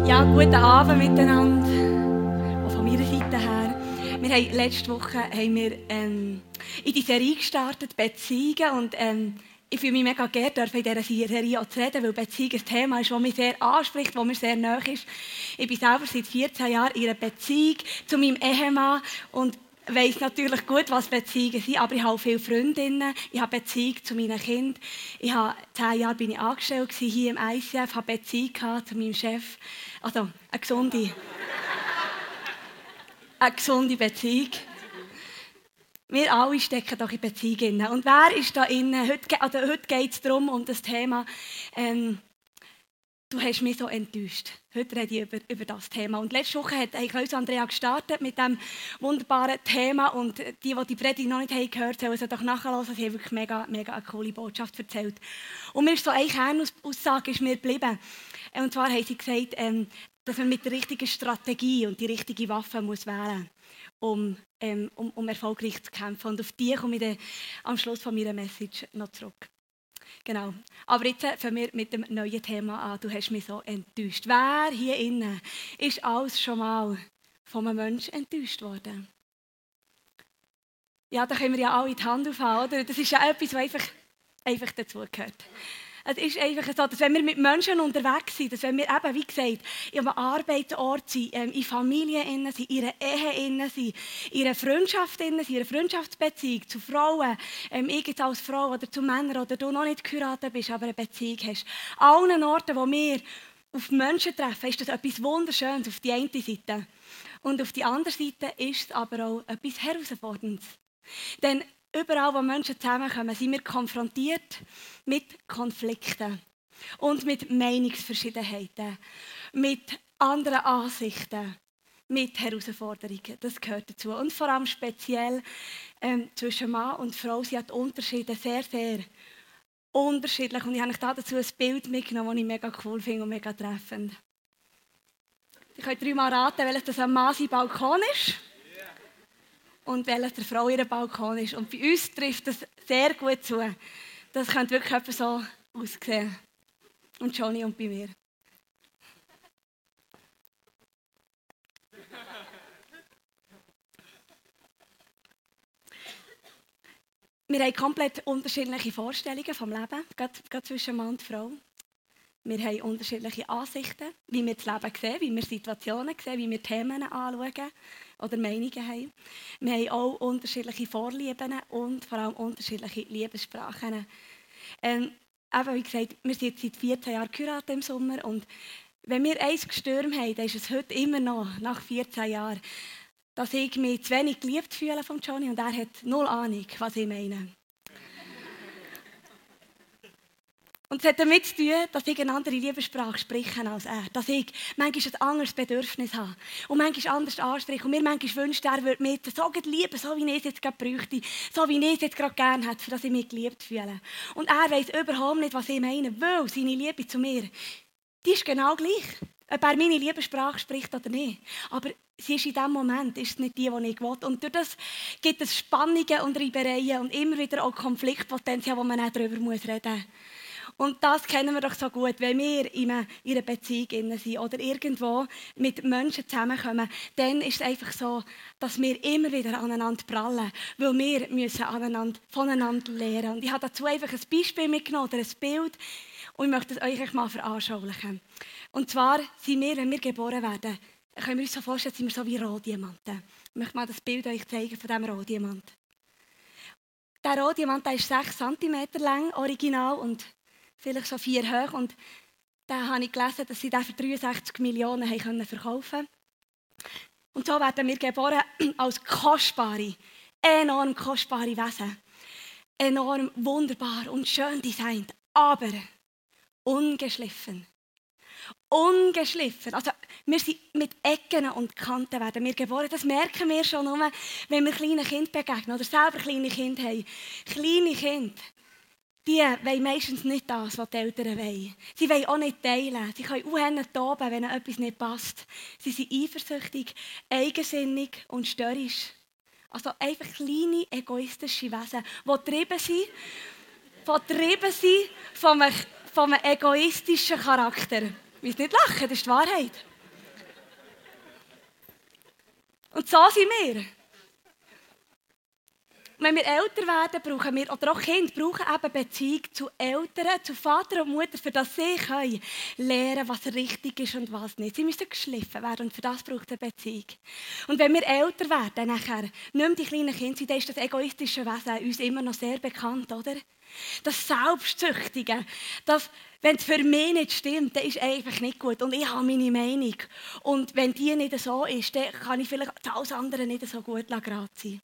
Ja, guten Abend miteinander, auch von meiner Seite her. Wir haben letzte Woche in die Serie gestartet, Beziehungen, und ich fühle mich mega geehrt, in dieser Serie auch zu reden, weil Beziehung ein Thema ist, das mich sehr anspricht, das mir sehr nahe ist. Ich bin selber seit 14 Jahren in einer Beziehung zu meinem Ehemann und weiss natürlich gut, was Beziehungen sind, aber ich habe auch viele Freundinnen, ich habe Beziehung zu meinen Kindern. 10 Jahre bin ich angestellt hier im ICF, habe Beziehung zu meinem Chef. Also eine gesunde Beziehung. Wir alle stecken doch in Beziehungen. Und wer ist da innen? Heute geht es darum, um das Thema, du hast mich so enttäuscht. Heute rede ich über das Thema. Und letzte Woche hat Andrea gestartet mit diesem wunderbaren Thema. Und die Predigt noch nicht gehört haben, sollen sie doch nachhören. Sie haben wirklich mega eine coole Botschaft erzählt. Und mir ist so eine Kernaussage ist mir geblieben. Und zwar haben sie gesagt, dass man mit der richtigen Strategie und die richtige Waffe muss wählen muss, um erfolgreich zu kämpfen. Und auf die komme ich dann am Schluss von meiner Message noch zurück. Genau. Aber jetzt fangen wir mit dem neuen Thema an. Du hast mich so enttäuscht. Wer hier innen ist alles schon mal von einem Menschen enttäuscht worden? Ja, da können wir ja alle die Hand aufhalten, oder? Das ist ja etwas, was einfach dazugehört. Es ist einfach so, dass wenn wir mit Menschen unterwegs sind, dass wenn wir eben, wie gesagt, in einem Arbeitsort sind, in Familien sind, in einer Ehe sind, in einer Freundschaft sind, in einer Freundschaftsbeziehung zu Frauen, ich jetzt als Frau oder zu Männern, oder du noch nicht geheiratet bist, aber eine Beziehung hast. An allen Orten, wo wir auf Menschen treffen, ist das etwas Wunderschönes auf die eine Seite. Und auf die andere Seite ist es aber auch etwas Herausforderndes. Denn überall, wo Menschen zusammenkommen, sind wir konfrontiert mit Konflikten und mit Meinungsverschiedenheiten, mit anderen Ansichten, mit Herausforderungen. Das gehört dazu. Und vor allem speziell zwischen Mann und Frau sind die Unterschiede sehr, sehr unterschiedlich. Und ich habe dazu ein Bild mitgenommen, das ich mega cool finde und mega treffend. Ich könnt 3 Mal raten, welches das ein Mann sein Balkon ist. Und welches der Frau ihr Balkon ist. Und bei uns trifft das sehr gut zu. Das könnte wirklich etwa so aussehen. Und Johnny und bei mir. Wir haben komplett unterschiedliche Vorstellungen vom Leben, gerade zwischen Mann und Frau. Wir haben unterschiedliche Ansichten, wie wir das Leben sehen, wie wir Situationen sehen, wie wir Themen anschauen oder Meinungen haben. Wir haben auch unterschiedliche Vorlieben und vor allem unterschiedliche Liebessprachen. Eben, wie gesagt, wir sind jetzt seit 14 Jahren geheiratet im Sommer und wenn wir eins gestürmt haben, dann ist es heute immer noch, nach 14 Jahren, dass ich mich zu wenig geliebt fühle von Johnny und er hat null Ahnung, was ich meine. Und es hat damit zu tun, dass ich eine andere Liebessprache spreche als er. Dass ich manchmal ein anderes Bedürfnis habe. Und manchmal anders anspreche. Und mir manchmal wünscht, er würde mich so lieben, so wie ich es jetzt gerade bräuchte. So wie ich es jetzt gerade gerne hätte, für dass ich mich geliebt fühle. Und er weiss überhaupt nicht, was ich meine. Weil seine Liebe zu mir, die ist genau gleich. Ob er meine Liebessprache spricht oder nicht. Aber sie ist in diesem Moment ist nicht die ich will. Und durch das gibt es Spannungen und Reibereien und immer wieder auch Konfliktpotenzial, wo man auch darüber reden muss. Und das kennen wir doch so gut, wenn wir in einer Beziehung sind oder irgendwo mit Menschen zusammenkommen, dann ist es einfach so, dass wir immer wieder aneinander prallen, weil wir müssen voneinander lernen. Und ich habe dazu einfach ein Beispiel mitgenommen oder ein Bild und ich möchte es euch mal veranschaulichen. Und zwar sind wir, wenn wir geboren werden, können wir uns so vorstellen, sind wir so wie Rohdiamanten. Ich möchte mal das Bild euch zeigen von diesem Rohdiamant. Der Rohdiamant ist 6 cm lang, original, und vielleicht so 4 hoch. Und da habe ich gelesen, dass sie den für 63 Millionen verkaufen konnten. Und so werden wir geboren als kostbare, enorm kostbare Wesen. Enorm wunderbar und schön designt, aber ungeschliffen. Ungeschliffen. Also, wir sind mit Ecken und Kanten werden wir geboren. Das merken wir schon nur, wenn wir kleinen Kindern begegnen oder selber kleine Kinder haben. Kleine Kinder, die wollen meistens nicht das, was die Eltern wollen. Sie wollen auch nicht teilen. Sie können auch toben, wenn ihnen etwas nicht passt. Sie sind eifersüchtig, eigensinnig und störrisch. Also einfach kleine, egoistische Wesen, die getrieben sind von einem egoistischen Charakter. Ich will nicht lachen, das ist die Wahrheit. Und so sind wir. Wenn wir älter werden, brauchen wir, oder auch Kinder, brauchen eben Beziehung zu Eltern, zu Vater und Mutter, für das sie können lernen, was richtig ist und was nicht. Sie müssen geschliffen werden und für das braucht es eine Beziehung. Und wenn wir älter werden, nachher, nicht mehr die kleinen Kinder sind, dann ist das egoistische Wesen uns immer noch sehr bekannt, oder? Das Selbstsüchtige, das, wenn es für mich nicht stimmt, dann ist es einfach nicht gut. Und ich habe meine Meinung. Und wenn die nicht so ist, dann kann ich vielleicht alles andere nicht so gut gerade sein.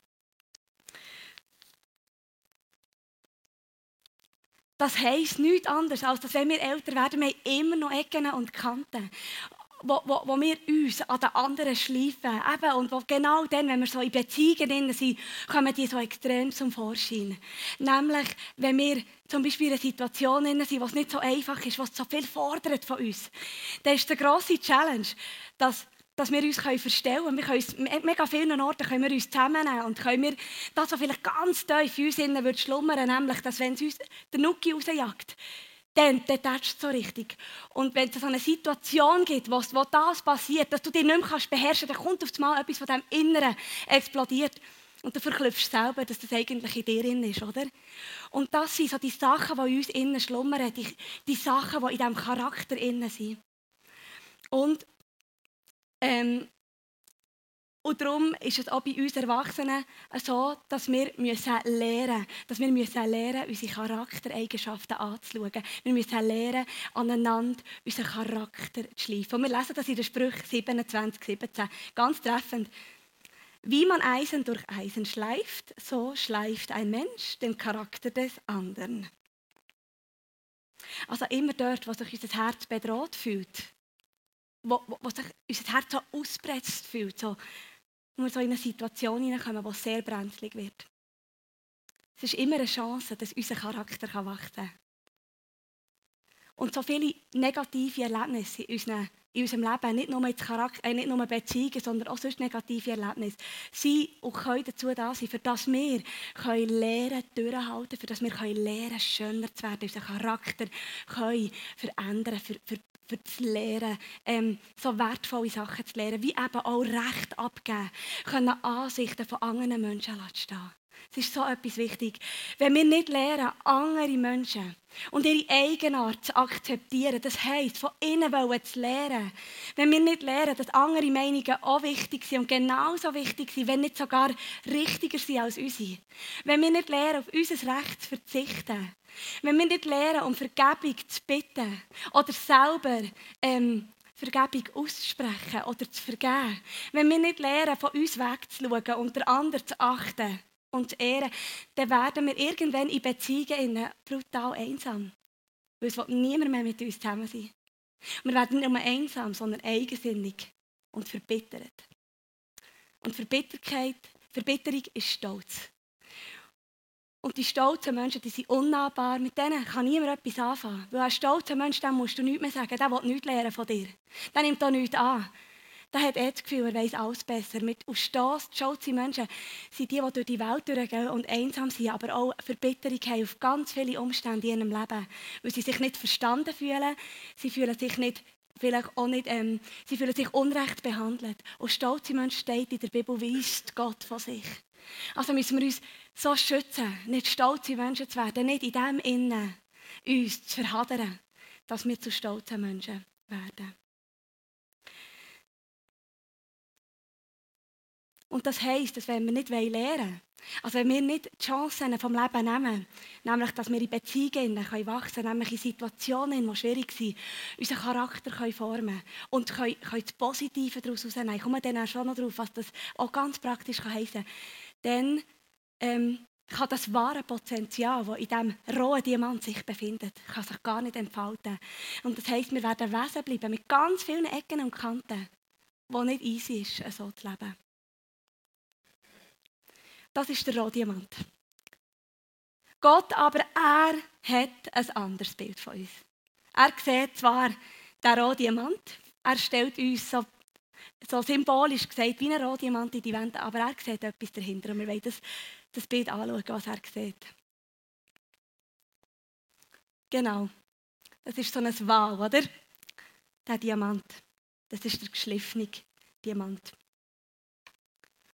Das heisst nichts anderes, als dass wenn wir älter werden, wir haben immer noch Ecken und Kanten, wo wir uns an den anderen schleifen. Eben, und wo genau dann, wenn wir so in Beziehungen sind, kommen die so extrem zum Vorschein. Nämlich, wenn wir zum Beispiel in einer Situation sind, wo es nicht so einfach ist, was so viel fordert von uns, dann ist die grosse Challenge, dass wir uns verstellen können. Wir können uns, mega vielen Orten können wir uns zusammennehmen und können wir das, was vielleicht ganz tief in uns innen schlummern würde, nämlich, dass wenn es uns der Nuki rausjagt, dann tätst es so richtig. Und wenn es so eine Situation gibt, wo das passiert, dass du dich nicht mehr beherrschen kannst, dann kommt auf einmal etwas von diesem Inneren explodiert. Und du verklüpfst selber, dass das eigentlich in dir drin ist, oder? Und das sind so die Sachen, die in uns innen schlummern, die Sachen, die in diesem Charakter innen sind. Und darum ist es auch bei uns Erwachsenen so, dass wir lernen müssen, unsere Charaktereigenschaften anzuschauen. Wir müssen lernen, aneinander unseren Charakter zu schleifen. Und wir lesen das in der Sprüche 27, 17. Ganz treffend. Wie man Eisen durch Eisen schleift, so schleift ein Mensch den Charakter des anderen. Also immer dort, wo sich unser Herz bedroht fühlt, wo sich unser Herz so ausgepresst fühlt, so, wo wir so in eine Situation hineinkommen, die sehr brenzlig wird. Es ist immer eine Chance, dass unser Charakter wachsen kann. Und so viele negative Erlebnisse in unserem Leben, nicht nur Beziehungen, sondern auch sonst negative Erlebnisse, sind und können dazu da sein, für dass wir lernen, durchhalten, für dass wir lernen, schöner zu werden, unseren Charakter können verändern, für das Lernen, so wertvolle Sachen zu lernen, wie eben auch Recht abgeben, können Ansichten von anderen Menschen stehen. Es ist so etwas wichtig. Wenn wir nicht lernen, andere Menschen und ihre Eigenart zu akzeptieren, das heisst, von ihnen zu lernen. Wenn wir nicht lernen, dass andere Meinungen auch wichtig sind und genauso wichtig sind, wenn nicht sogar richtiger sind als unsere. Wenn wir nicht lernen, auf unser Recht zu verzichten. Wenn wir nicht lernen, um Vergebung zu bitten oder selber Vergebung auszusprechen oder zu vergeben. Wenn wir nicht lernen, von uns wegzuschauen und den anderen zu achten und zu ehren, dann werden wir irgendwann in Beziehungen brutal einsam. Weil es will niemand mehr mit uns zusammen sein. Wir werden nicht nur einsam, sondern eigensinnig und verbittert. Und Verbitterung ist Stolz. Und die stolzen Menschen, die sind unnahbar. Mit denen kann niemand etwas anfangen. Weil ein stolzer Mensch, dem musst du nichts mehr sagen. Der will nichts lernen von dir. Der nimmt auch nichts an. Der hat das Gefühl, er weiss alles besser. Mit stolzen Menschen sind die durch die Welt durchgehen und einsam sind, aber auch Verbitterung haben auf ganz viele Umstände in ihrem Leben. Weil sie sich nicht verstanden fühlen. Sie fühlen sich nicht, vielleicht auch nicht, sie fühlen sich unrecht behandelt. Und stolze Menschen steht in der Bibel, weist Gott von sich. Also müssen wir uns so schützen, nicht stolze Menschen zu werden, nicht in dem Innen uns zu verhadern, dass wir zu stolzen Menschen werden. Und das heisst, dass wenn wir nicht lernen wollen, also wenn wir nicht die Chancen vom Leben nehmen, nämlich, dass wir in Beziehungen wachsen können, nämlich in Situationen, die schwierig sind, unseren Charakter formen können und können das Positive daraus herausnehmen. Ich komme dann auch schon noch darauf, was das auch ganz praktisch heissen kann. Dann kann das wahre Potenzial, das in diesem rohen Diamant sich befindet, kann sich gar nicht entfalten. Und das heisst, wir werden Wesen bleiben mit ganz vielen Ecken und Kanten, wo nicht easy ist, so zu leben. Das ist der rohe Diamant. Gott aber, er hat ein anderes Bild von uns. Er sieht zwar den rohen Diamant, er stellt uns so symbolisch gesagt wie ein roher Diamant in die Wände, aber er sieht etwas dahinter und wir wollen das Bild anschauen, was er sieht. Genau, das ist so ein Wow, oder? Der Diamant, das ist der geschliffene Diamant.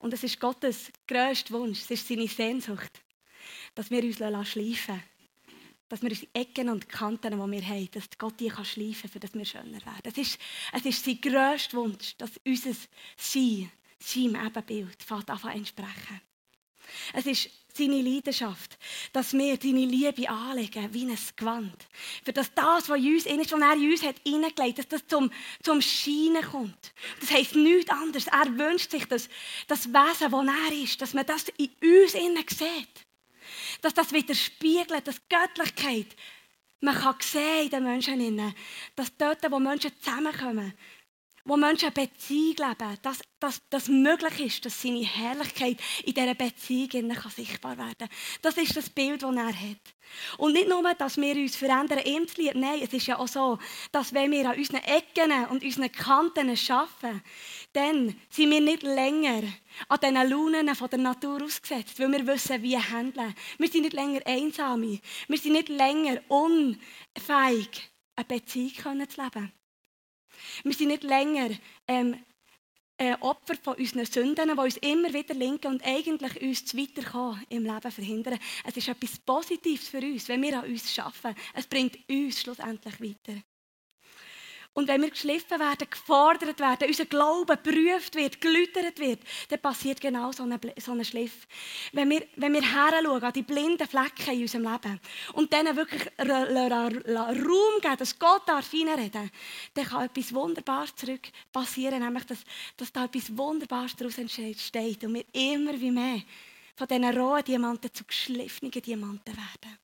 Und es ist Gottes grösster Wunsch, es ist seine Sehnsucht, dass wir uns schleifen lassen. Dass wir unsere Ecken und Kanten, die wir haben, dass Gott die schleifen kann, damit wir schöner werden. Es ist sein grösster Wunsch, dass unser Sein, seinem Ebenbild, entsprechen. Es ist seine Leidenschaft, dass wir seine Liebe anlegen, wie ein Gewand. Für das, was in uns ist, was er in uns hat hineingelegt hat, dass das zum Scheinen kommt. Das heisst nichts anderes. Er wünscht sich, dass das Wesen, das er ist, dass man das in uns innen sieht. Dass das widerspiegelt, dass Göttlichkeit, man kann sehen in den Menschen innen, dass dort, wo Menschen zusammenkommen, wo Menschen eine Beziehung leben, dass möglich ist, dass seine Herrlichkeit in dieser Beziehung sichtbar werden kann. Das ist das Bild, das er hat. Und nicht nur, dass wir uns verändern, ihm zu lieben. Nein, es ist ja auch so, dass wenn wir an unseren Ecken und unseren Kanten arbeiten, dann sind wir nicht länger an diesen Launen der Natur ausgesetzt, weil wir wissen, wie handeln. Wir sind nicht länger einsam. Wir sind nicht länger unfähig, eine Beziehung zu leben. Wir sind nicht länger Opfer von unseren Sünden, die uns immer wieder linken und eigentlich uns zu weiterkommen im Leben verhindern. Es ist etwas Positives für uns, wenn wir an uns arbeiten. Es bringt uns schlussendlich weiter. Und wenn wir geschliffen werden, gefordert werden, unser Glauben geprüft wird, geläutert wird, dann passiert genau so ein Schliff. Wenn wir heranschauen an die blinden Flecken in unserem Leben und denen wirklich Raum geben, dass Gott reinreden darf, dann kann etwas Wunderbares zurück passieren, nämlich dass da etwas Wunderbares daraus entsteht und wir immer wie mehr von diesen rohen Diamanten zu geschliffenen Diamanten werden.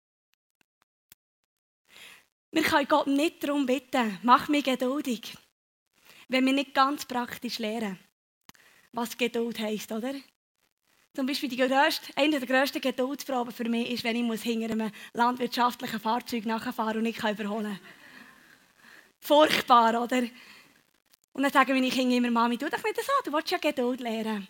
Wir können Gott nicht darum bitten, mach mich geduldig, wenn wir nicht ganz praktisch lernen, was Geduld heisst, oder? Zum Beispiel eine der grössten Geduldsproben für mich ist, wenn ich hinter einem landwirtschaftlichen Fahrzeug nachfahren und nicht überholen kann. Furchtbar, oder? Und dann sagen meine Kinder immer, Mami, tu doch nicht so, du willst ja Geduld lernen.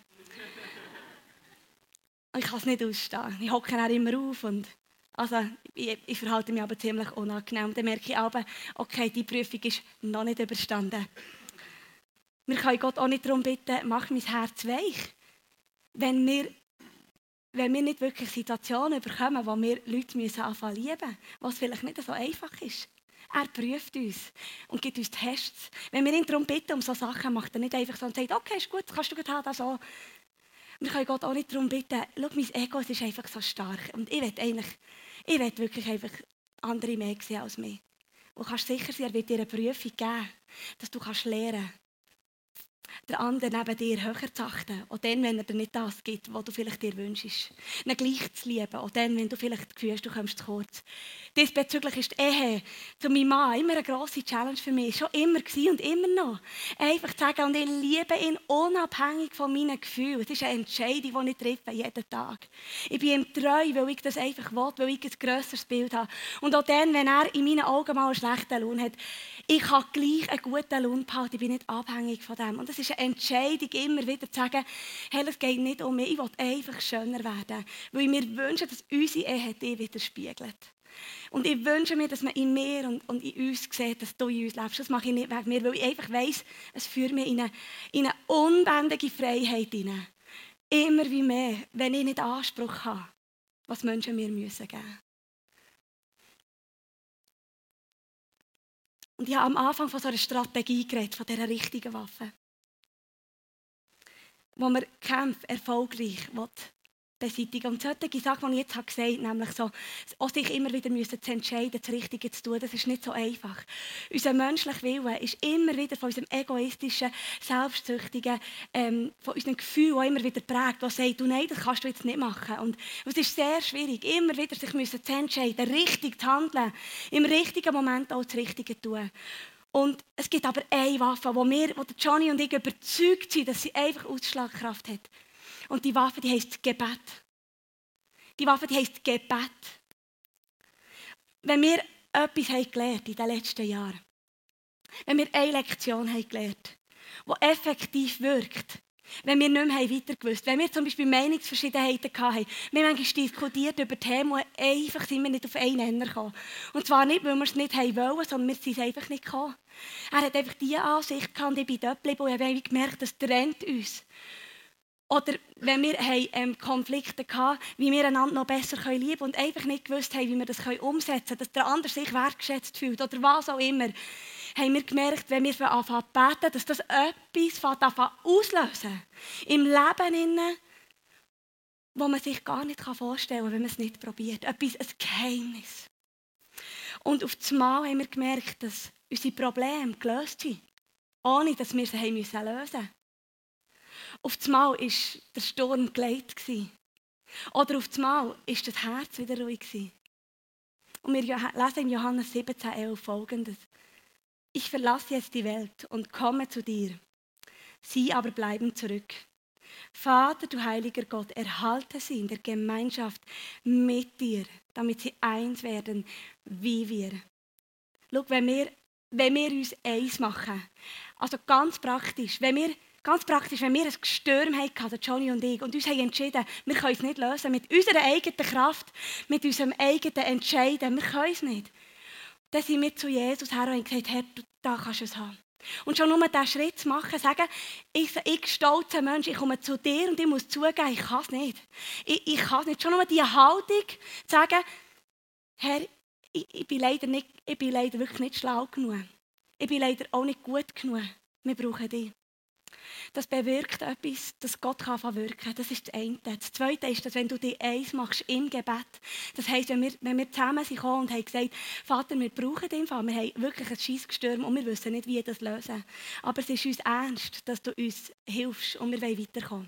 Und ich kann es nicht ausstehen. Ich hocke dann immer auf und ich verhalte mich aber ziemlich unangenehm. Und dann merke ich aber, okay, die Prüfung ist noch nicht überstanden. Wir können Gott auch nicht darum bitten, mach mein Herz weich. Wenn wir nicht wirklich Situationen bekommen, wo wir Leute anfangen zu lieben, was vielleicht nicht so einfach ist. Er prüft uns und gibt uns Tests. Wenn wir ihn darum bitten, um solche Sachen, macht er nicht einfach so und sagt, okay, ist gut, kannst du gut haben, so. Wir können Gott auch nicht darum bitten, schau, mein Ego ist einfach so stark. Und ich will wirklich einfach andere mehr sehen als mich. Und du kannst sicher sein, er wird dir eine Prüfung geben, dass du lernen kannst, den anderen neben dir höher zu achten. Auch dann, wenn er dir nicht das gibt, was du vielleicht dir wünschst. Ihn gleich zu lieben. Auch dann, wenn du vielleicht fühlst, du kommst zu kurz. Diesbezüglich ist die Ehe zu meinem Mann immer eine grosse Challenge für mich. Schon immer gewesen und immer noch. Einfach zu sagen, und ich liebe ihn unabhängig von meinen Gefühlen. Es ist eine Entscheidung, die ich treffe, jeden Tag. Ich bin ihm treu, weil ich das einfach will, weil ich ein grösseres Bild habe. Und auch dann, wenn er in meinen Augen mal einen schlechten Lohn hat, ich kann gleich einen guten Lohn behalten. Ich bin nicht abhängig von dem. Und es ist eine Entscheidung, immer wieder zu sagen, hey, es geht nicht um mich, ich will einfach schöner werden. Weil ich mir wünsche, dass unsere Ehe dich widerspiegelt. Und ich wünsche mir, dass man in mir und in uns sieht, dass du in uns lebst. Das mache ich nicht wegen mir, weil ich einfach weiss, es führt mich in eine unbändige Freiheit hinein. Immer wie mehr, wenn ich nicht Anspruch habe, was Menschen mir müssen geben. Und ich habe am Anfang von so einer Strategie geredet, von dieser richtigen Waffe. Wo man Kämpfe erfolgreich beseitigen. Und solche Sachen, die ich jetzt gesagt habe, nämlich so, auch sich immer wieder zu entscheiden, das Richtige zu tun, das ist nicht so einfach. Unser menschlicher Wille ist immer wieder von unserem egoistischen, selbstsüchtigen, von unserem Gefühl auch immer wieder prägt, das sagt, du, nein, das kannst du jetzt nicht machen. Und es ist sehr schwierig, immer wieder sich zu entscheiden, richtig zu handeln, im richtigen Moment auch das Richtige zu tun. Und es gibt aber eine Waffe, wo Johnny und ich überzeugt sind, dass sie einfach Ausschlagkraft hat. Und die Waffe, die heisst Gebet. Die Waffe, die heisst Gebet. Wenn wir etwas haben gelernt in den letzten Jahren, wenn wir eine Lektion haben gelernt, die effektiv wirkt, wenn wir nicht mehr weiter gewusst, wenn wir zum Beispiel Meinungsverschiedenheiten hatten, wir haben manchmal diskutiert über Themen, und einfach sind wir nicht auf einen Nenner gekommen. Und zwar nicht, weil wir es nicht wollen, sondern wir sind es einfach nicht gekommen. Er hat einfach diese Ansicht gehabt und ich bin dort geblieben und ich habe gemerkt, das trennt uns. Oder wenn wir Konflikte hatten, wie wir einander noch besser lieben können und einfach nicht gewusst haben, wie wir das umsetzen können, dass der andere sich wertgeschätzt fühlt oder was auch immer, haben wir gemerkt, wenn wir anfangen zu beten, dass das etwas auslösen im Leben, wo man sich gar nicht vorstellen kann, wenn man es nicht probiert. Ein Geheimnis. Und auf einmal haben wir gemerkt, dass unsere Probleme gelöst sind, ohne dass wir sie lösen mussten. Auf einmal war der Sturm geleitet. Oder auf einmal war das Herz wieder ruhig. Und wir lesen in Johannes 17,11 Folgendes. Ich verlasse jetzt die Welt und komme zu dir. Sie aber bleiben zurück. Vater, du heiliger Gott, erhalte sie in der Gemeinschaft mit dir, damit sie eins werden, wie wir. Schau, wenn wir uns eins machen, also ganz praktisch, wenn wir ein Gestürm hatten, Johnny und ich, und uns haben entschieden, wir können es nicht lösen, mit unserer eigenen Kraft, mit unserem eigenen Entscheiden, wir können es nicht. Dann sind wir zu Jesus her und haben gesagt, Herr, da kannst du es haben. Und schon nur diesen Schritt zu machen, sagen, ich stolzer Mensch, ich komme zu dir und ich muss zugeben, ich kann es nicht. Ich kann es nicht. Schon nur diese Haltung zu sagen, Herr, ich bin leider wirklich nicht schlau genug. Ich bin leider auch nicht gut genug. Wir brauchen dich. Das bewirkt etwas, das Gott wirken kann. Das ist das eine. Das zweite ist, dass wenn du dich eins machst im Gebet, das heisst, wenn wir zusammen sind und haben gesagt, Vater, wir brauchen dich, wir haben wirklich ein Scheissgestürm und wir wissen nicht, wie das lösen. Aber es ist uns ernst, dass du uns hilfst und wir wollen weiterkommen.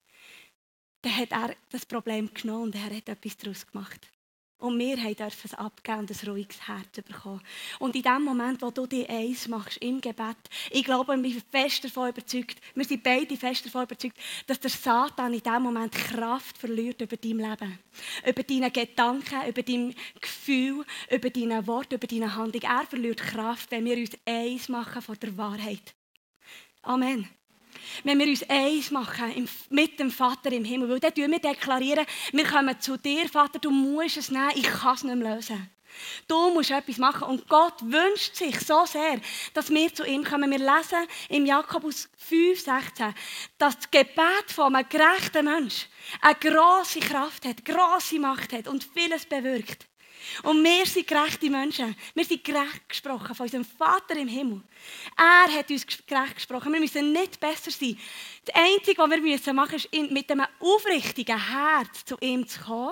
Dann hat er das Problem genommen und er hat etwas daraus gemacht. Und wir dürfen es abgeben und ein ruhiges Herz bekommen. Und in dem Moment, wo du dich eins machst im Gebet, ich glaube, wir sind fest davon überzeugt, wir sind beide fest davon überzeugt, dass der Satan in dem Moment Kraft verliert über dein Leben. Über deine Gedanken, über dein Gefühl, über deine Worte, über deine Handlung. Er verliert Kraft, wenn wir uns eins machen von der Wahrheit. Amen. Wenn wir uns eins machen mit dem Vater im Himmel, weil dann deklarieren wir kommen zu dir, Vater, du musst es nehmen, ich kann es nicht mehr lösen. Du musst etwas machen und Gott wünscht sich so sehr, dass wir zu ihm kommen. Wir lesen im Jakobus 5,16, dass das Gebet von einem gerechten Menschen eine grosse Kraft hat, grosse Macht hat und vieles bewirkt. Und wir sind gerechte Menschen. Wir sind gerecht gesprochen von unserem Vater im Himmel. Er hat uns gerecht gesprochen. Wir müssen nicht besser sein. Das Einzige, was wir machen müssen, ist, mit einem aufrichtigen Herz zu ihm zu kommen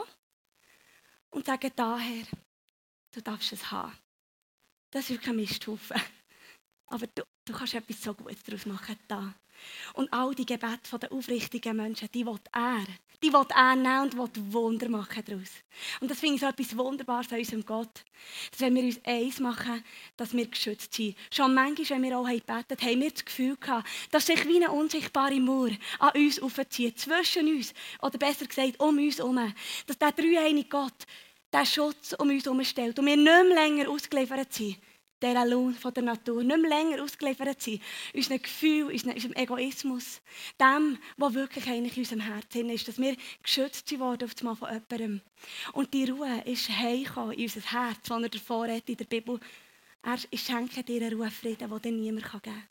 und zu sagen, daher, du darfst es haben. Das ist wirklich ein Misthaufen. Aber du kannst etwas so Gutes daraus machen. Da. Und all die Gebete der aufrichtigen Menschen, die will er nehmen und will Wunder machen daraus. Und das finde ich so etwas Wunderbares an unserem Gott. Dass wenn wir uns eins machen, dass wir geschützt sind. Schon manchmal, wenn wir auch gebetet haben, haben wir das Gefühl gehabt, dass sich wie eine unsichtbare Mauer an uns aufzieht. Zwischen uns, oder besser gesagt, um uns herum. Dass der dreieinige Gott den Schutz um uns herum stellt. Und wir nicht mehr länger ausgeliefert sind. Der Lohn von der Natur, nicht mehr länger ausgeliefert sind, unseren Gefühlen, unserem Egoismus, dem, was wirklich eigentlich in unserem Herzen ist, dass wir geschützt worden auf von jemandem. Und die Ruhe ist heimgekommen in unser Herz, das er davor hat in der Bibel. Er schenkt dir eine Ruhe, Frieden, den dir niemand geben kann.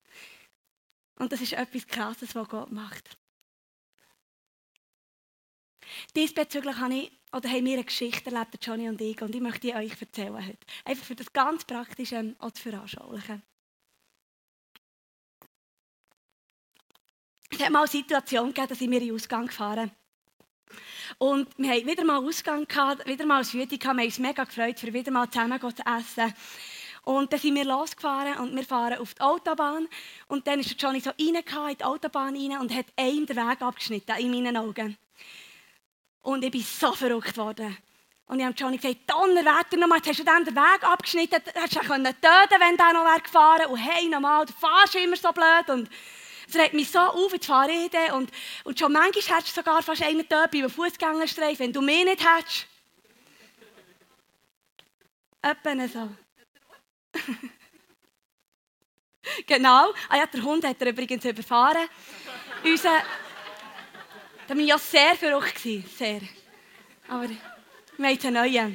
Und das ist etwas Krasses, was Gott macht. Diesbezüglich haben wir eine Geschichte erlebt, Johnny und ich möchte die euch erzählen heute. Einfach für das ganz Praktische auch zu veranschaulichen. Es hat mal eine Situation gegeben, da sind wir in den Ausgang gefahren. Und wir hatten wieder mal Ausgang gehabt, wieder mal eine Wüte gehabt. Wir haben uns mega gefreut, für wieder mal zusammen zu essen. Und dann sind wir losgefahren und wir fahren auf die Autobahn. Und dann ist Johnny so in die Autobahn rein und hat einem den Weg abgeschnitten, in meinen Augen. Und ich bin so verrückt worden. Und ich habe Johnny gesagt, Donnerwetter nochmal, jetzt hast du dann den Weg abgeschnitten, hättest du töten wenn der noch gefahren wäre. Und hey, nochmal, du fährst immer so blöd. Und es regt mich so auf, jetzt fahre ich dann. Und schon manchmal hättest du sogar fast einen töten bei einem Fußgängerstreifen, wenn du mich nicht hättest. Etwa so. Genau. Ah ja, der Hund hat er übrigens überfahren. Da war ich ja sehr verrückt. Sehr. Aber wir haben einen neuen.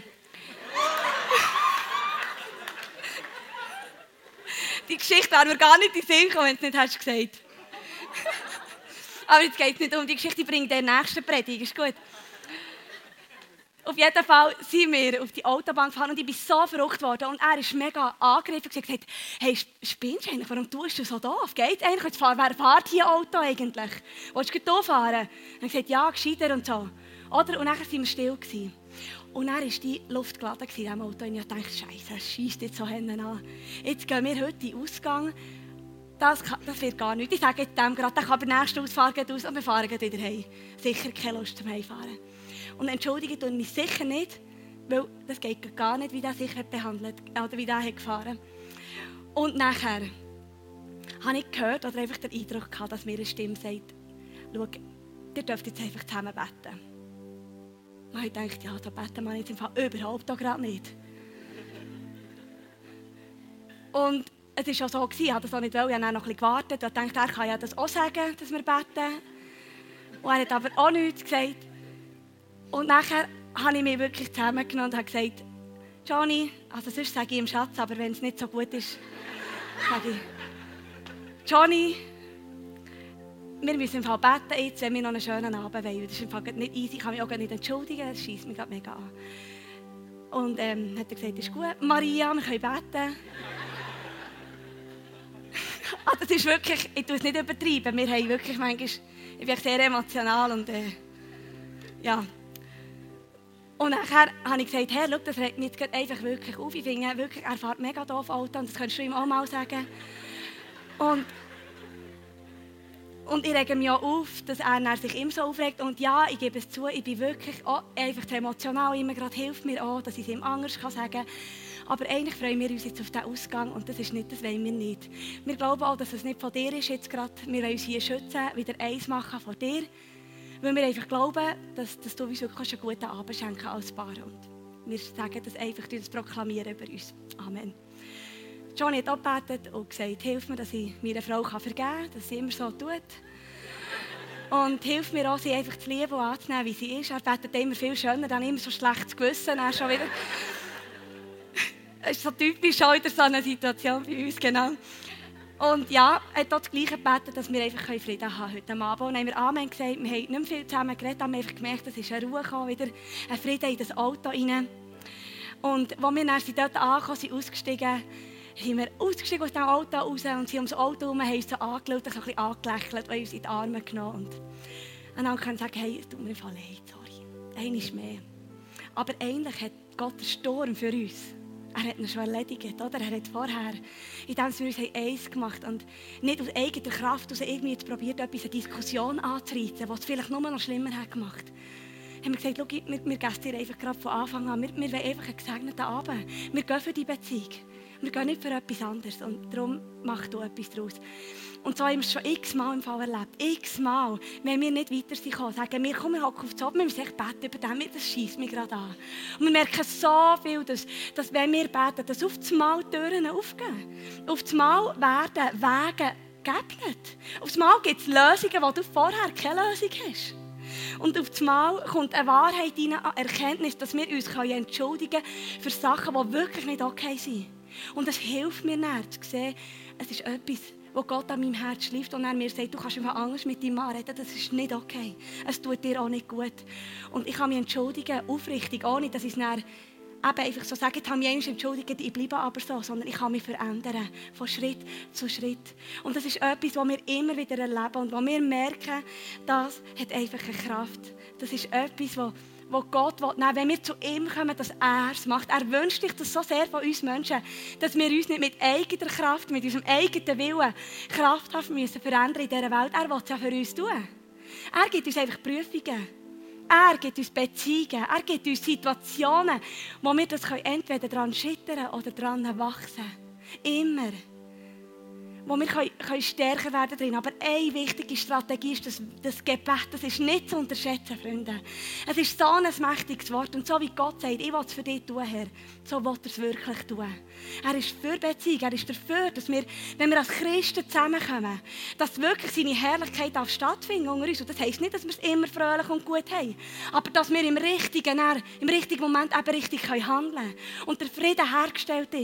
Die Geschichte wäre mir gar nicht in den Sinn gekommen, wenn du es nicht hast gesagt. Aber jetzt geht es nicht um die Geschichte, ich bringe den nächsten Predigt, ist gut. Auf jeden Fall sind wir auf die Autobahn gefahren und ich bin so verrückt worden. Und er ist mega angegriffen und gesagt, hey, spinnst du eigentlich? Warum tust du so doof? Geht eigentlich? Wer fährt hier Auto eigentlich? Willst du hier fahren? Und er gesagt, ja, gescheiter und so. Oder? Und dann waren wir still gewesen. Und dann war die Luft geladen in diesem Auto. Und ich dachte, Scheiße, das scheisst jetzt so hinten an. Jetzt gehen wir heute in den Ausgang. Das wird gar nicht. Ich sage jetzt dem gerade, der kann bei der nächsten Ausfahrt aus und wir fahren wieder heim. Sicher keine Lust zum Heimfahren. Und entschuldige tue mich sicher nicht, weil das geht gar nicht, wie der sich behandelt oder wie der gefahren hat. Und nachher habe ich gehört oder einfach den Eindruck gehabt, dass mir eine Stimme sagt, schau, ihr dürft jetzt einfach zusammen beten. Und ich dachte, ja, da beten wir jetzt im Fall überhaupt auch gerade nicht. Und es war auch so, ich wollte das auch nicht, ich habe dann noch ein bisschen gewartet und dachte, er kann ja das auch sagen, dass wir beten. Und er hat aber auch nichts gesagt. Und nachher habe ich mich wirklich zusammengenommen und habe gesagt, Johnny, also sonst sage ich ihm Schatz, aber wenn es nicht so gut ist, sage ich, Johnny, wir müssen im Fall beten jetzt, wenn wir noch einen schönen Abend wollen. Das ist im Fall nicht easy, ich kann mich auch nicht entschuldigen, das scheisst mich gerade mega an. Und hat er gesagt, das ist gut, Maria, wir können beten. Also das ist wirklich, ich tue es nicht übertreiben, wir haben wirklich manchmal, ich bin sehr emotional und ja. Und nachher habe ich gesagt, hey, schau, das regt mich jetzt einfach wirklich auf. Ich finde wirklich, er fährt mega doof Auto und das könntest du ihm auch mal sagen. Und ich rege mich auch auf, dass er sich immer so aufregt. Und ja, ich gebe es zu, ich bin wirklich auch einfach zu emotional. Immer gerade hilft mir auch, dass ich es ihm anders sagen kann. Aber eigentlich freuen wir uns jetzt auf den Ausgang und das ist nicht, das wollen wir nicht. Wir glauben auch, dass es nicht von dir ist jetzt gerade. Wir wollen uns hier schützen, wieder eins machen von dir. Weil wir einfach glauben, dass du uns wirklich einen guten Abend schenken als Paar. Und wir sagen das einfach, das proklamieren über uns. Amen. Johnny hat auch gebetet und gesagt, hilf mir, dass ich meiner Frau vergeben kann, dass sie immer so tut. Und hilf mir auch, sie einfach zu lieben und anzunehmen, wie sie ist. Er betet immer viel schöner, dann immer so schlechtes Gewissen. Dann schon wieder. Das ist so typisch auch wieder so eine Situation bei uns, genau. Und ja, er hat auch das Gleiche gebeten, dass wir einfach Frieden haben heute Abend. Und dann haben wir Amen gesagt, wir haben nicht mehr viel zusammen geredet, aber wir haben einfach gemerkt, es ist eine Ruhe gekommen, wieder ein Frieden in das Auto rein. Und als wir dann dort angekommen sind, ausgestiegen, sind wir ausgestiegen aus dem Auto raus und sind ums Auto herum, haben uns so angeschaut, so ein bisschen angelächelt und uns in die Arme genommen. Und dann können wir sagen, hey, es tut mir leid, sorry, einer ist mehr. Aber eigentlich hat Gott einen Sturm für uns. Er hat ihn schon erledigt, oder? Er hat vorher, indem wir uns eins gemacht haben und nicht aus eigener Kraft aus irgendwie jetzt probiert, eine Diskussion anzureizen, was es vielleicht nur noch schlimmer hat gemacht. Haben wir gesagt, schau, wir geben dir einfach gerade von Anfang an, wir wollen einfach einen gesegneten Abend. Wir gehen für die Beziehung. Wir gehen nicht für etwas anderes und darum mach du etwas daraus. Und so haben wir es schon x-mal im Fall erlebt. X-mal. Wenn wir nicht weiter sind, sagen wir, komm, wir hocken auf die Sofa, wir müssen echt beten über den, das scheisst mich gerade an. Und wir merken so viel, dass wenn wir beten, dass auf das Mal Türen aufgehen. Auf das Mal werden Wege geebnet. Auf das Mal gibt es Lösungen, wo du vorher keine Lösung hast. Und auf das Mal kommt eine Wahrheit rein, eine Erkenntnis, dass wir uns entschuldigen können für Sachen, die wirklich nicht okay sind. Und es hilft mir nicht zu sehen, es ist etwas, wo Gott an meinem Herz schläft und er mir sagt, du kannst einfach anders mit deinem Mann reden, das ist nicht okay. Es tut dir auch nicht gut. Und ich kann mich entschuldigen, aufrichtig, ohne dass ich es dann einfach so sage, ich habe mich einmal entschuldigt, ich bleibe aber so, sondern ich kann mich verändern, von Schritt zu Schritt. Und das ist etwas, was wir immer wieder erleben und wo wir merken, das hat einfach eine Kraft. Das ist etwas, wo Gott will, wenn wir zu ihm kommen, dass er es macht. Er wünscht sich das so sehr von uns Menschen, dass wir uns nicht mit eigener Kraft, mit unserem eigenen Willen krafthaft müssen verändern in dieser Welt. Er will es ja für uns tun. Er gibt uns einfach Prüfungen. Er gibt uns Beziehungen. Er gibt uns Situationen, wo wir das entweder daran scheitern oder daran wachsen. Immer. Wo wir stärker werden drin. Aber eine wichtige Strategie ist, das Gebet, das ist nicht zu unterschätzen, Freunde. Es ist so ein mächtiges Wort. Und so wie Gott sagt, ich will es für dich tun, Herr, so will er es wirklich tun. Er ist für Beziehung, er ist dafür, dass wir, wenn wir als Christen zusammenkommen, dass wirklich seine Herrlichkeit stattfinden unter uns. Und das heisst nicht, dass wir es immer fröhlich und gut haben, aber dass wir im richtigen Moment eben richtig handeln können. Und der Frieden hergestellt ist.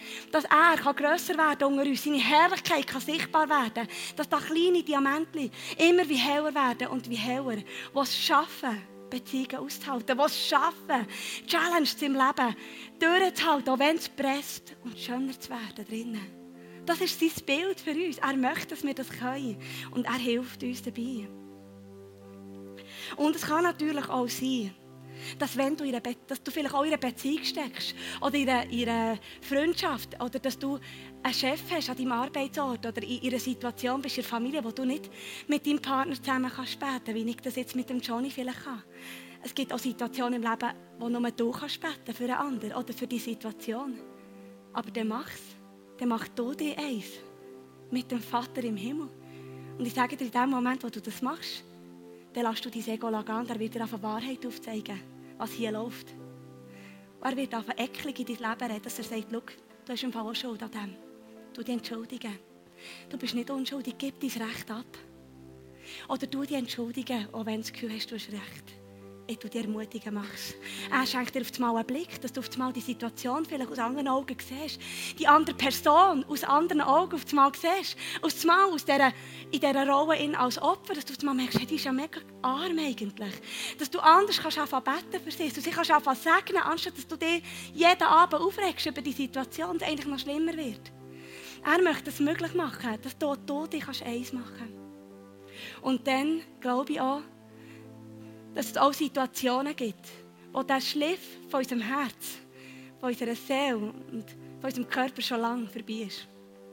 Dass er grösser werden unter uns, seine Herrlichkeit kann sichtbar werden, dass da kleine Diamantchen immer wie heller werden und wie heller, die es schaffen, Beziehungen auszuhalten, die es schaffen, Challenges im Leben durchzuhalten, auch wenn es presst und schöner zu werden drinnen. Das ist sein Bild für uns. Er möchte, dass wir das können und er hilft uns dabei. Und es kann natürlich auch sein, dass wenn du dass du vielleicht auch in einer Beziehung steckst oder in einer Freundschaft oder dass du einen Chef hast an deinem Arbeitsort oder in einer Situation bist in der Familie, wo du nicht mit deinem Partner zusammen kannst beten, wie ich das jetzt mit dem Johnny vielleicht kann. Es gibt auch Situationen im Leben, wo nur du kannst beten für einen anderen oder für die Situation. Aber dann mach's. Dann mach du dir eins mit dem Vater im Himmel. Und ich sage dir, in dem Moment, wo du das machst, dann lässt du dein Ego gehen und er wird dir auf Wahrheit aufzeigen, was hier läuft. Und er wird auf eklig in dein Leben reden, dass er sagt, schau, du hast im Fall auch Schuld an dem. Du dich entschuldigen. Du bist nicht unschuldig, gib dein Recht ab. Oder du dich entschuldigen, auch wenn du das Gefühl hast, du hast Recht. Ich tue dir ermutigen, mach's. Er schenkt dir auf einmal einen Blick, dass du auf einmal die Situation vielleicht aus anderen Augen siehst. Die andere Person aus anderen Augen auf einmal siehst. Auf einmal in dieser Rolle als Opfer, dass du auf einmal merkst, hey, die ist ja mega arm eigentlich. Dass du anders kannst anfangen beten für sie, dass du sie kannst anfangen segnen, anstatt dass du dich jeden Abend aufregst über die Situation, die eigentlich noch schlimmer wird. Er möchte es möglich machen, dass du dich eins machen kannst. Und dann glaube ich auch, dass es auch Situationen gibt, wo der Schliff von unserem Herz, von unserer Seele und von unserem Körper schon lange vorbei ist.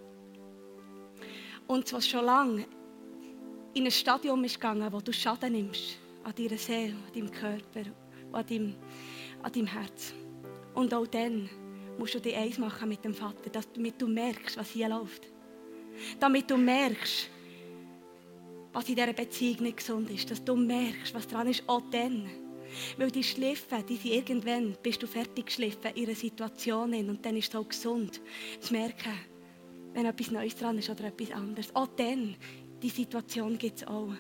Und was schon lange in ein Stadium ist gegangen, wo du Schaden nimmst an deiner Seele, an deinem Körper, an deinem Herz. Und auch dann musst du dich eins machen mit dem Vater, damit du merkst, was hier läuft. Damit du merkst, was in dieser Beziehung nicht gesund ist, dass du merkst, was dran ist, auch dann. Weil die Schliffen, die sind irgendwann, bist du fertig geschliffen in einer Situation und dann ist es auch gesund zu merken, wenn etwas Neues dran ist oder etwas anderes. Auch dann, die Situation gibt es auch.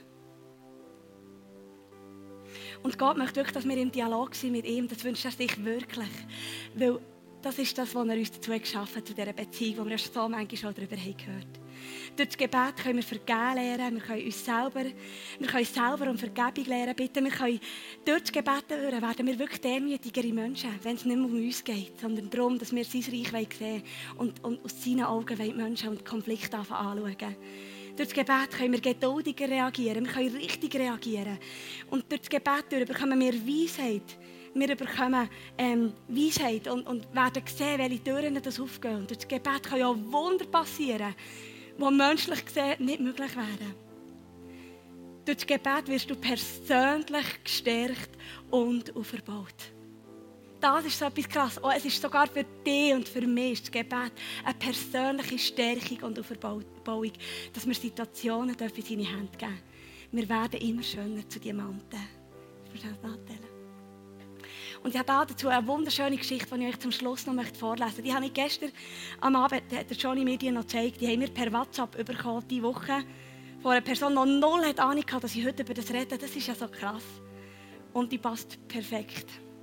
Und Gott möchte wirklich, dass wir im Dialog sind mit ihm, das wünscht er sich wirklich. Weil das ist das, was er uns dazu geschaffen hat, zu dieser Beziehung, wo wir erst so manchmal schon darüber gehört haben. Durch das Gebet können wir vergeben lernen, wir können selber um Vergebung lernen. Bitte, wir können durch das Gebet hören, werden wir wirklich demütigere Menschen, wenn es nicht mehr um uns geht, sondern darum, dass wir sein Reich sehen und aus seinen Augen die Menschen und Konflikte anschauen. Durch das Gebet können wir geduldiger reagieren, wir können richtig reagieren. Und durch das Gebet bekommen wir Weisheit. Wir bekommen Weisheit und werden sehen, welche Türen das aufgehen. Und durch das Gebet können auch Wunder passieren, die menschlich gesehen nicht möglich wären. Durch das Gebet wirst du persönlich gestärkt und auferbaut. Das ist so etwas krass. Oh, es ist sogar für dich und für mich das Gebet eine persönliche Stärkung und Auferbauung, dass wir Situationen in seine Hände geben dürfen. Wir werden immer schöner zu Diamanten. Ich muss das nachstellen. Und ich habe dazu eine wunderschöne Geschichte, die ich euch zum Schluss noch vorlesen möchte. Die habe ich gestern am Abend, der Johnny mir die noch gezeigt, die haben wir per WhatsApp bekommen, diese Woche, von einer Person, die null Ahnung hatte, dass ich heute über das rede. Das ist ja so krass. Und die passt perfekt.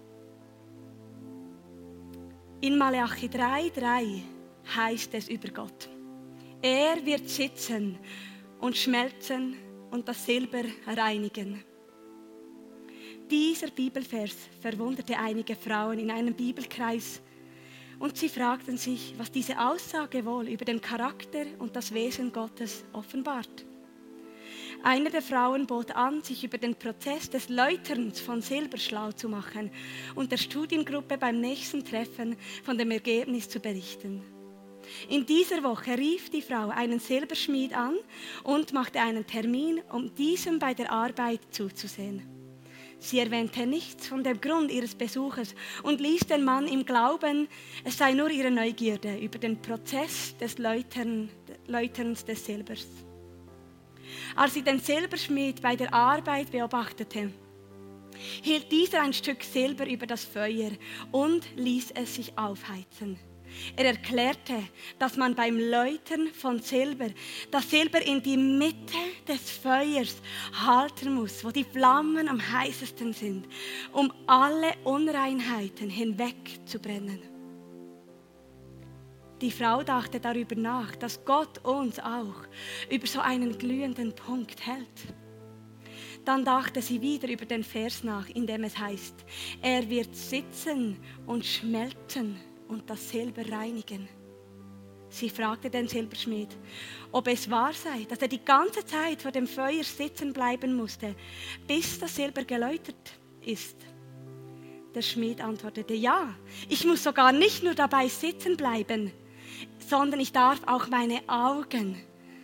In Malachi 3,3 heißt es über Gott: Er wird sitzen und schmelzen und das Silber reinigen. Dieser Bibelvers verwunderte einige Frauen in einem Bibelkreis und sie fragten sich, was diese Aussage wohl über den Charakter und das Wesen Gottes offenbart. Eine der Frauen bot an, sich über den Prozess des Läuterns von Silber schlau zu machen und der Studiengruppe beim nächsten Treffen von dem Ergebnis zu berichten. In dieser Woche rief die Frau einen Silberschmied an und machte einen Termin, um diesem bei der Arbeit zuzusehen. Sie erwähnte nichts von dem Grund ihres Besuches und ließ den Mann im Glauben, es sei nur ihre Neugierde über den Prozess des Läuterns des Silbers. Als sie den Silberschmied bei der Arbeit beobachtete, hielt dieser ein Stück Silber über das Feuer und ließ es sich aufheizen. Er erklärte, dass man beim Läutern von Silber das Silber in die Mitte des Feuers halten muss, wo die Flammen am heißesten sind, um alle Unreinheiten hinwegzubrennen. Die Frau dachte darüber nach, dass Gott uns auch über so einen glühenden Punkt hält. Dann dachte sie wieder über den Vers nach, in dem es heißt, er wird sitzen und schmelzen und das Silber reinigen. Sie fragte den Silberschmied, ob es wahr sei, dass er die ganze Zeit vor dem Feuer sitzen bleiben musste, bis das Silber geläutert ist. Der Schmied antwortete, ja, ich muss sogar nicht nur dabei sitzen bleiben, sondern ich darf auch meine Augen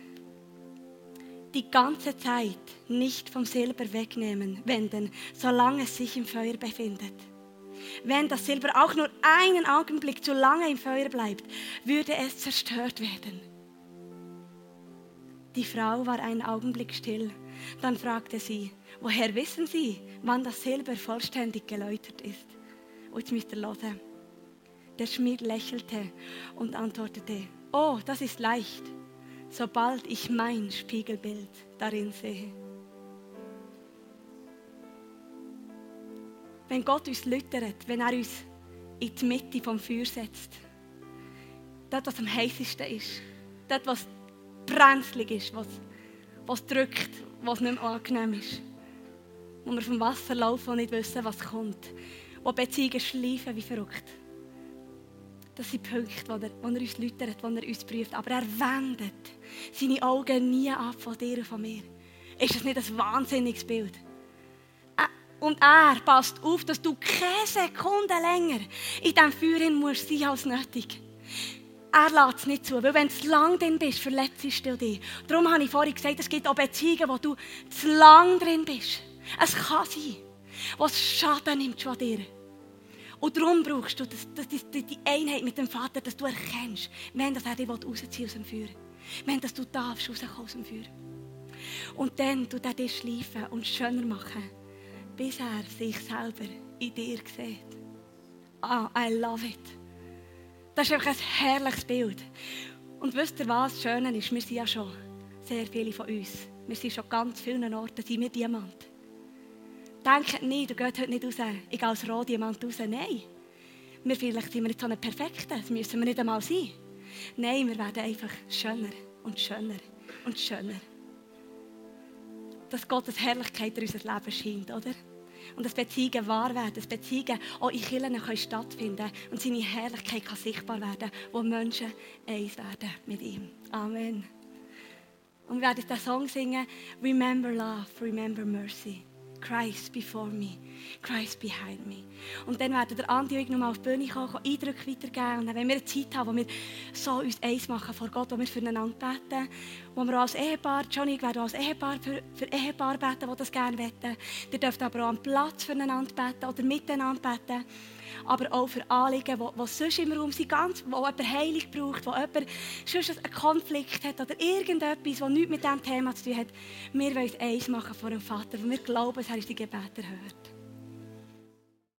die ganze Zeit nicht vom Silber wenden, solange es sich im Feuer befindet. Wenn das Silber auch nur einen Augenblick zu lange im Feuer bleibt, würde es zerstört werden. Die Frau war einen Augenblick still. Dann fragte sie, woher wissen Sie, wann das Silber vollständig geläutert ist? Und jetzt müsst ihr hören. Der Schmied lächelte und antwortete, oh, das ist leicht, sobald ich mein Spiegelbild darin sehe. Wenn Gott uns läutert, wenn er uns in die Mitte vom Feuer setzt, dort, was am heißesten ist, dort, was brenzlig ist, was drückt, was nicht mehr angenehm ist, wo wir vom Wasser laufen und nicht wissen, was kommt, wo Beziehungen schleifen wie verrückt. Das sind Punkte, wo er uns läutert, wo er uns prüft. Aber er wendet seine Augen nie ab von dir und von mir. Ist das nicht ein wahnsinniges Bild? Und er passt auf, dass du keine Sekunde länger in diesem Feuer sein musst als nötig. Er lässt es nicht zu, weil wenn du zu lang drin bist, verletzt du dich. Darum habe ich vorhin gesagt, es gibt auch Beziehungen, wo du zu lang drin bist. Es kann sein, was Schaden nimmt von dir. Und darum brauchst du die Einheit mit dem Vater, dass du erkennst, wenn er dich rausziehen aus dem Feuer. Wenn du darfst rauskommen aus dem Feuer. Und dann tut er dich schleifen und schöner machen, bis er sich selber in dir sieht. Ah, I love it. Das ist einfach ein herrliches Bild. Und wisst ihr was, das Schöne ist, wir sind ja schon, sehr viele von uns, wir sind schon ganz vielen Orten, sind wir Diamant. Denkt nicht, du gehst heute nicht raus, ich gehe als Rohdiamant raus. Nein. Vielleicht sind wir nicht so eine Perfekte, das müssen wir nicht einmal sein. Nein, wir werden einfach schöner und schöner und schöner. Dass Gottes Herrlichkeit in unser Leben scheint, oder? Und dass Beziehungen wahr werden, dass Beziehungen auch in Kirchen stattfinden können und seine Herrlichkeit kann sichtbar werden, wo Menschen eins werden mit ihm. Amen. Und wir werden den Song singen, Remember Love, Remember Mercy. Christ before me, Christ behind me. Und dann werden der Andi und ich nochmal auf die Bühne kommen, Eindrücke weitergeben. Und dann wollen wir eine Zeit haben, wo wir so uns eins machen vor Gott, wo wir füreinander beten, wo wir auch als Ehepaar, Johnny, ich werde auch als Ehepaar für Ehepaar beten, die das gerne wollen. Ihr dürft aber auch am Platz füreinander beten oder miteinander beten. Aber auch für Anliegen, die sonst im Raum sind, wo jemand Heilung braucht, wo jemand sonst einen Konflikt hat oder irgendetwas, das nichts mit diesem Thema zu tun hat. Wir wollen uns eins machen vor dem Vater, weil wir glauben, dass er unsere Gebete hört.